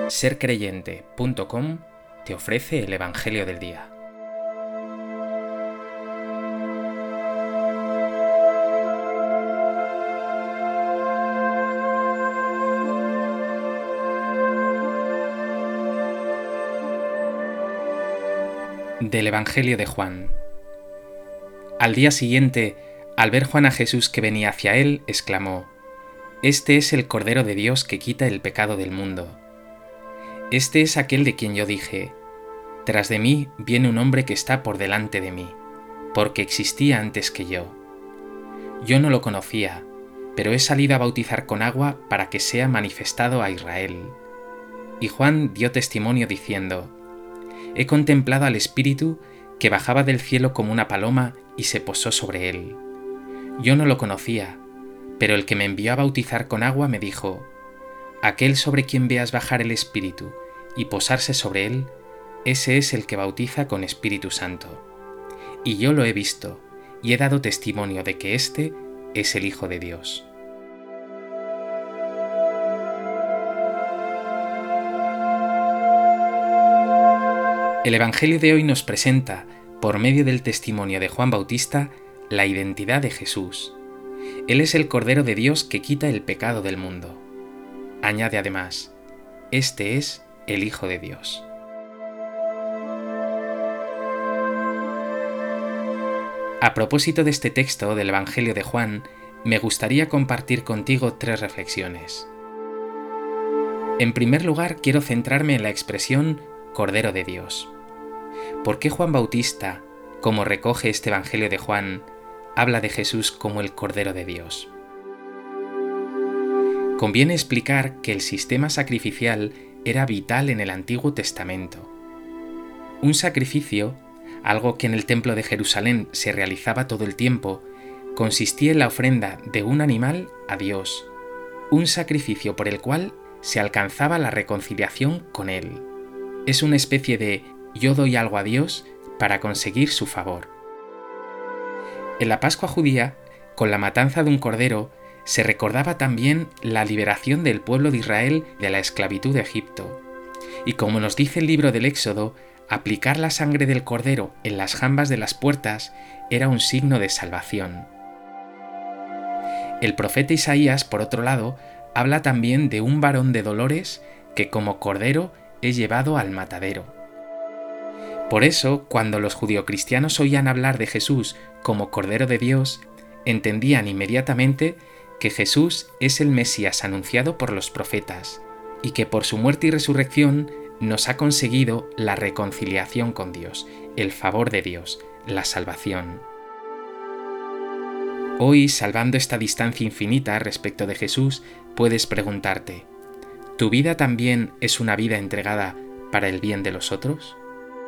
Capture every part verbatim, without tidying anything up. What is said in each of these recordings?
ser creyente punto com te ofrece el Evangelio del Día. Del Evangelio de Juan. Al día siguiente, al ver Juan a Jesús que venía hacia él, exclamó: «Este es el Cordero de Dios que quita el pecado del mundo. Este es aquel de quien yo dije: tras de mí viene un hombre que está por delante de mí, porque existía antes que yo. Yo no lo conocía, pero he salido a bautizar con agua para que sea manifestado a Israel». Y Juan dio testimonio diciendo: «He contemplado al Espíritu que bajaba del cielo como una paloma y se posó sobre él. Yo no lo conocía, pero el que me envió a bautizar con agua me dijo: aquel sobre quien veas bajar el Espíritu y posarse sobre él, ese es el que bautiza con Espíritu Santo. Y yo lo he visto, y he dado testimonio de que éste es el Hijo de Dios». El Evangelio de hoy nos presenta, por medio del testimonio de Juan Bautista, la identidad de Jesús. Él es el Cordero de Dios que quita el pecado del mundo. Añade además: este es el Hijo de Dios. A propósito de este texto del Evangelio de Juan, me gustaría compartir contigo tres reflexiones. En primer lugar, quiero centrarme en la expresión Cordero de Dios. ¿Por qué Juan Bautista, como recoge este Evangelio de Juan, habla de Jesús como el Cordero de Dios? Conviene explicar que el sistema sacrificial era vital en el Antiguo Testamento. Un sacrificio, algo que en el Templo de Jerusalén se realizaba todo el tiempo, consistía en la ofrenda de un animal a Dios, un sacrificio por el cual se alcanzaba la reconciliación con Él. Es una especie de yo doy algo a Dios para conseguir su favor. En la Pascua judía, con la matanza de un cordero, se recordaba también la liberación del pueblo de Israel de la esclavitud de Egipto. Y como nos dice el libro del Éxodo, aplicar la sangre del cordero en las jambas de las puertas era un signo de salvación. El profeta Isaías, por otro lado, habla también de un varón de dolores que como cordero es llevado al matadero. Por eso, cuando los judeocristianos oían hablar de Jesús como Cordero de Dios, entendían inmediatamente que Jesús es el Mesías anunciado por los profetas y que por su muerte y resurrección nos ha conseguido la reconciliación con Dios, el favor de Dios, la salvación. Hoy, salvando esta distancia infinita respecto de Jesús, puedes preguntarte: ¿tu vida también es una vida entregada para el bien de los otros?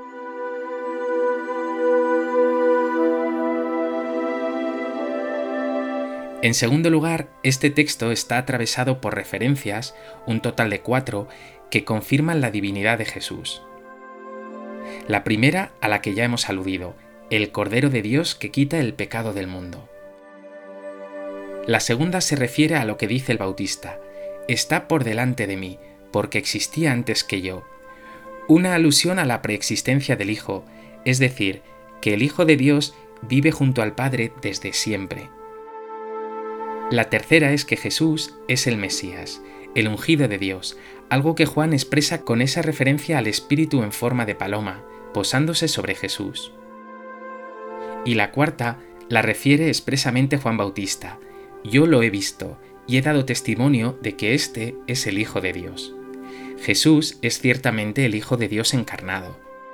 En segundo lugar, este texto está atravesado por referencias, un total de cuatro, que confirman la divinidad de Jesús. La primera, a la que ya hemos aludido: el Cordero de Dios que quita el pecado del mundo. La segunda se refiere a lo que dice el Bautista: está por delante de mí, porque existía antes que yo. Una alusión a la preexistencia del Hijo, es decir, que el Hijo de Dios vive junto al Padre desde siempre. La tercera es que Jesús es el Mesías, el ungido de Dios, algo que Juan expresa con esa referencia al Espíritu en forma de paloma, posándose sobre Jesús. Y la cuarta la refiere expresamente Juan Bautista: yo lo he visto y he dado testimonio de que este es el Hijo de Dios. Jesús es ciertamente el Hijo de Dios encarnado.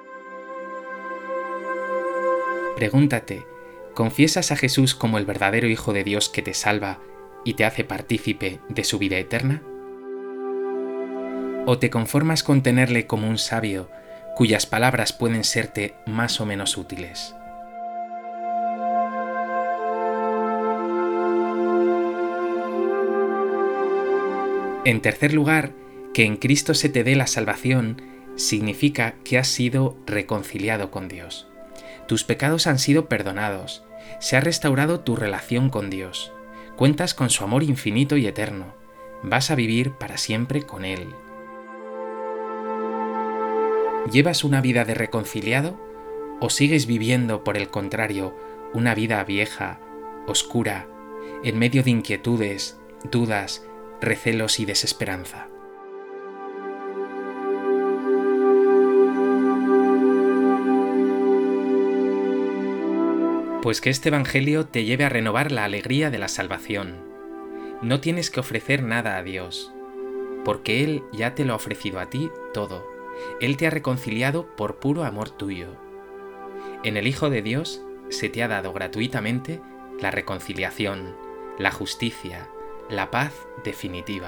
Pregúntate: ¿confiesas a Jesús como el verdadero Hijo de Dios que te salva y te hace partícipe de su vida eterna? ¿O te conformas con tenerle como un sabio cuyas palabras pueden serte más o menos útiles? En tercer lugar, que en Cristo se te dé la salvación significa que has sido reconciliado con Dios. Tus pecados han sido perdonados, se ha restaurado tu relación con Dios, cuentas con su amor infinito y eterno, vas a vivir para siempre con Él. ¿Llevas una vida de reconciliado o sigues viviendo, por el contrario, una vida vieja, oscura, en medio de inquietudes, dudas, recelos y desesperanza? Pues que este Evangelio te lleve a renovar la alegría de la salvación. No tienes que ofrecer nada a Dios, porque Él ya te lo ha ofrecido a ti todo. Él te ha reconciliado por puro amor tuyo. En el Hijo de Dios se te ha dado gratuitamente la reconciliación, la justicia, la paz definitiva.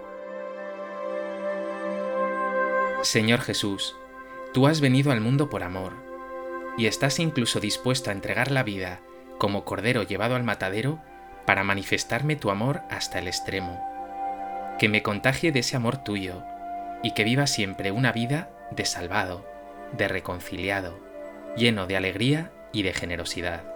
Señor Jesús, tú has venido al mundo por amor, y estás incluso dispuesto a entregar la vida como cordero llevado al matadero para manifestarme tu amor hasta el extremo. Que me contagie de ese amor tuyo y que viva siempre una vida de salvado, de reconciliado, lleno de alegría y de generosidad.